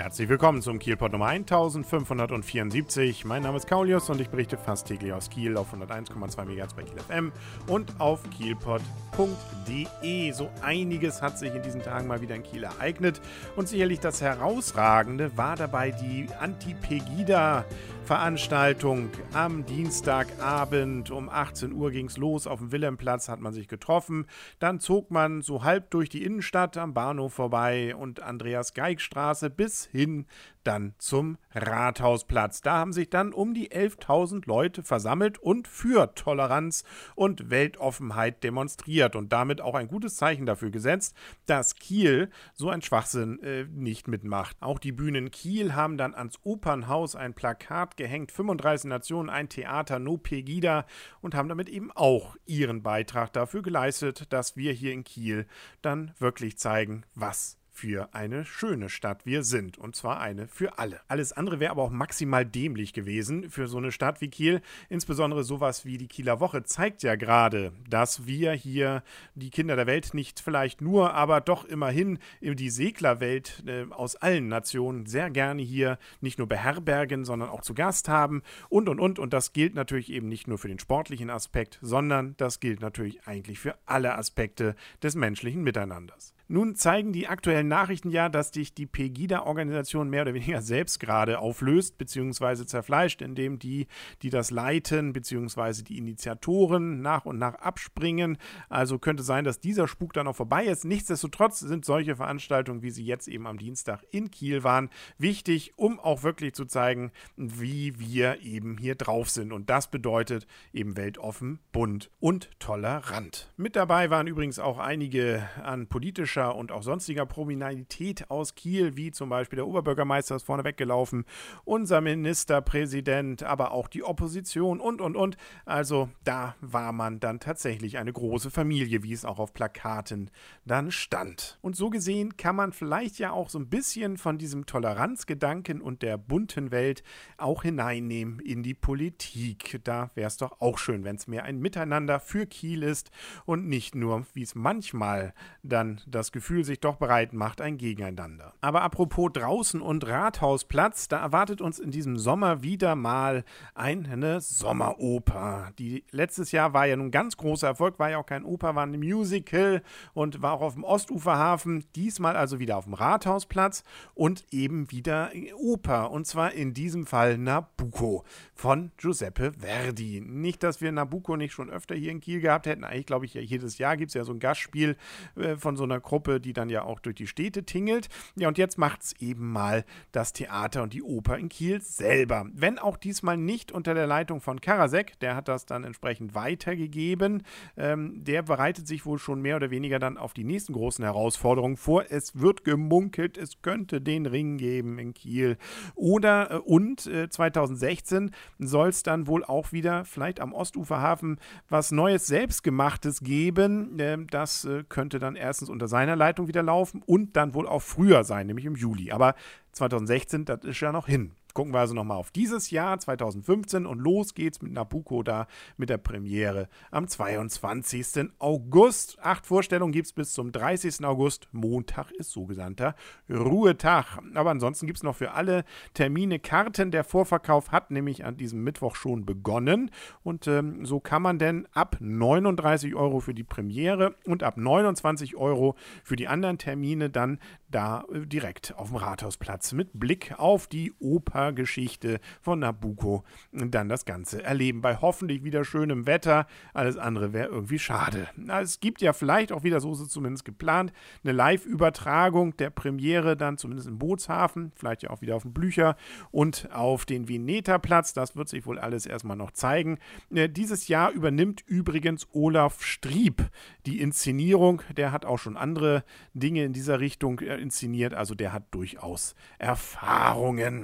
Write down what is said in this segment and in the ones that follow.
Herzlich willkommen zum Kielpot Nummer 1574. Mein Name ist Kaulius und ich berichte fast täglich aus Kiel auf 101,2 MHz bei Kiel FM und auf kielpot.de. So einiges hat sich in diesen Tagen mal wieder in Kiel ereignet und sicherlich das Herausragende war dabei die Anti-Pegida-Veranstaltung am Dienstagabend. Um 18 Uhr ging es los, auf dem Wilhelmplatz hat man sich getroffen. Dann zog man so halb durch die Innenstadt am Bahnhof vorbei und Andreas-Geig-Straße bis hin dann zum Rathausplatz. Da haben sich dann um die 11.000 Leute versammelt und für Toleranz und Weltoffenheit demonstriert und damit auch ein gutes Zeichen dafür gesetzt, dass Kiel so ein Schwachsinn nicht mitmacht. Auch die Bühnen Kiel haben dann ans Opernhaus ein Plakat gehängt, 35 Nationen, ein Theater, no Pegida, und haben damit eben auch ihren Beitrag dafür geleistet, dass wir hier in Kiel dann wirklich zeigen, was für eine schöne Stadt wir sind. Und zwar eine für alle. Alles andere wäre aber auch maximal dämlich gewesen für so eine Stadt wie Kiel. Insbesondere sowas wie die Kieler Woche zeigt ja gerade, dass wir hier die Kinder der Welt nicht vielleicht nur, aber doch immerhin die Seglerwelt aus allen Nationen sehr gerne hier nicht nur beherbergen, sondern auch zu Gast haben und. Und das gilt natürlich eben nicht nur für den sportlichen Aspekt, sondern das gilt natürlich eigentlich für alle Aspekte des menschlichen Miteinanders. Nun zeigen die aktuellen Nachrichten ja, dass sich die Pegida-Organisation mehr oder weniger selbst gerade auflöst bzw. zerfleischt, indem die das leiten bzw. die Initiatoren nach und nach abspringen. Also könnte sein, dass dieser Spuk dann auch vorbei ist. Nichtsdestotrotz sind solche Veranstaltungen, wie sie jetzt eben am Dienstag in Kiel waren, wichtig, um auch wirklich zu zeigen, wie wir eben hier drauf sind. Und das bedeutet eben weltoffen, bunt und tolerant. Mit dabei waren übrigens auch einige an politischer und auch sonstiger Prominentität aus Kiel, wie zum Beispiel der Oberbürgermeister ist vorne weggelaufen, unser Ministerpräsident, aber auch die Opposition und. Also da war man dann tatsächlich eine große Familie, wie es auch auf Plakaten dann stand. Und so gesehen kann man vielleicht ja auch so ein bisschen von diesem Toleranzgedanken und der bunten Welt auch hineinnehmen in die Politik. Da wäre es doch auch schön, wenn es mehr ein Miteinander für Kiel ist und nicht nur, wie es manchmal dann das Gefühl sich doch bereit macht, ein Gegeneinander. Aber apropos draußen und Rathausplatz, da erwartet uns in diesem Sommer wieder mal eine Sommeroper. Die letztes Jahr war ja nun ganz großer Erfolg, war ja auch kein Oper, war ein Musical und war auch auf dem Ostuferhafen. Diesmal also wieder auf dem Rathausplatz und eben wieder Oper. Und zwar in diesem Fall Nabucco von Giuseppe Verdi. Nicht, dass wir Nabucco nicht schon öfter hier in Kiel gehabt hätten. Eigentlich glaube ich, jedes Jahr gibt es ja so ein Gastspiel von so einer Gruppe, die dann ja auch durch die Städte tingelt. Ja, und jetzt macht es eben mal das Theater und die Oper in Kiel selber. Wenn auch diesmal nicht unter der Leitung von Karasek, der hat das dann entsprechend weitergegeben. Der bereitet sich wohl schon mehr oder weniger dann auf die nächsten großen Herausforderungen vor. Es wird gemunkelt, es könnte den Ring geben in Kiel. Oder 2016 soll es dann wohl auch wieder vielleicht am Ostuferhafen was Neues, Selbstgemachtes geben. Das könnte dann erstens unter seiner Leitung wieder laufen und dann wohl auch früher sein, nämlich im Juli. Aber 2016, das ist ja noch hin. Gucken wir also nochmal auf dieses Jahr, 2015, und los geht's mit Nabucco da mit der Premiere am 22. August. 8 Vorstellungen gibt es bis zum 30. August. Montag ist sogenannter Ruhetag. Aber ansonsten gibt es noch für alle Termine Karten. Der Vorverkauf hat nämlich an diesem Mittwoch schon begonnen. Und so kann man denn ab 39 € für die Premiere und ab 29 € für die anderen Termine dann da direkt auf dem Rathausplatz mit Blick auf die Opergeschichte von Nabucco dann das Ganze erleben. Bei hoffentlich wieder schönem Wetter. Alles andere wäre irgendwie schade. Es gibt ja vielleicht auch wieder, so ist es zumindest geplant, eine Live-Übertragung der Premiere dann zumindest im Bootshafen, vielleicht ja auch wieder auf dem Blücher und auf den Veneterplatz. Das wird sich wohl alles erstmal noch zeigen. Dieses Jahr übernimmt übrigens Olaf Strieb die Inszenierung. Der hat auch schon andere Dinge in dieser Richtung inszeniert, also der hat durchaus Erfahrungen. Und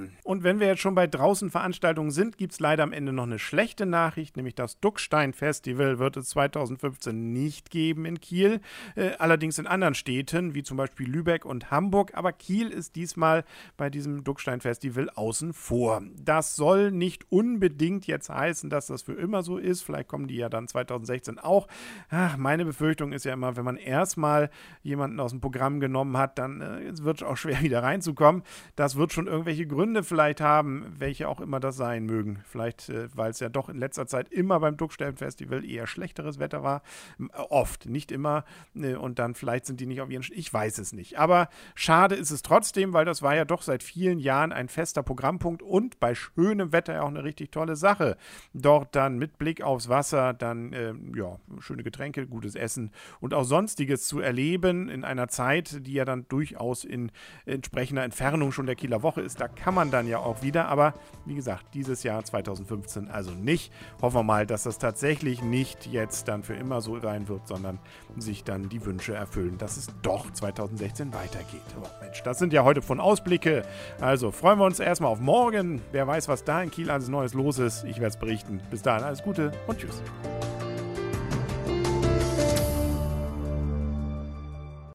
wenn wir jetzt schon bei draußen Veranstaltungen sind, gibt es leider am Ende noch eine schlechte Nachricht, nämlich das Duckstein-Festival wird es 2015 nicht geben in Kiel, allerdings in anderen Städten, wie zum Beispiel Lübeck und Hamburg, aber Kiel ist diesmal bei diesem Duckstein-Festival außen vor. Das soll nicht unbedingt jetzt heißen, dass das für immer so ist, vielleicht kommen die ja dann 2016 auch. Meine Befürchtung ist ja immer, wenn man erstmal jemanden aus dem Programm genommen hat, dann wird es auch schwer wieder reinzukommen. Das wird schon irgendwelche Gründe vielleicht haben, welche auch immer das sein mögen. Vielleicht, weil es ja doch in letzter Zeit immer beim Duckstein-Festival eher schlechteres Wetter war. Oft, nicht immer. Und dann vielleicht sind die nicht auf ihren... Ich weiß es nicht. Aber schade ist es trotzdem, weil das war ja doch seit vielen Jahren ein fester Programmpunkt und bei schönem Wetter ja auch eine richtig tolle Sache. Dort dann mit Blick aufs Wasser, dann schöne Getränke, gutes Essen und auch Sonstiges zu erleben in einer Zeit, die ja dann durchaus in entsprechender Entfernung schon der Kieler Woche ist. Da kann man dann ja auch wieder, aber wie gesagt, dieses Jahr 2015 also nicht. Hoffen wir mal, dass das tatsächlich nicht jetzt dann für immer so sein wird, sondern sich dann die Wünsche erfüllen, dass es doch 2016 weitergeht. Oh Mensch, das sind ja heute von Ausblicke. Also freuen wir uns erstmal auf morgen. Wer weiß, was da in Kiel alles Neues los ist. Ich werde es berichten. Bis dahin alles Gute und tschüss.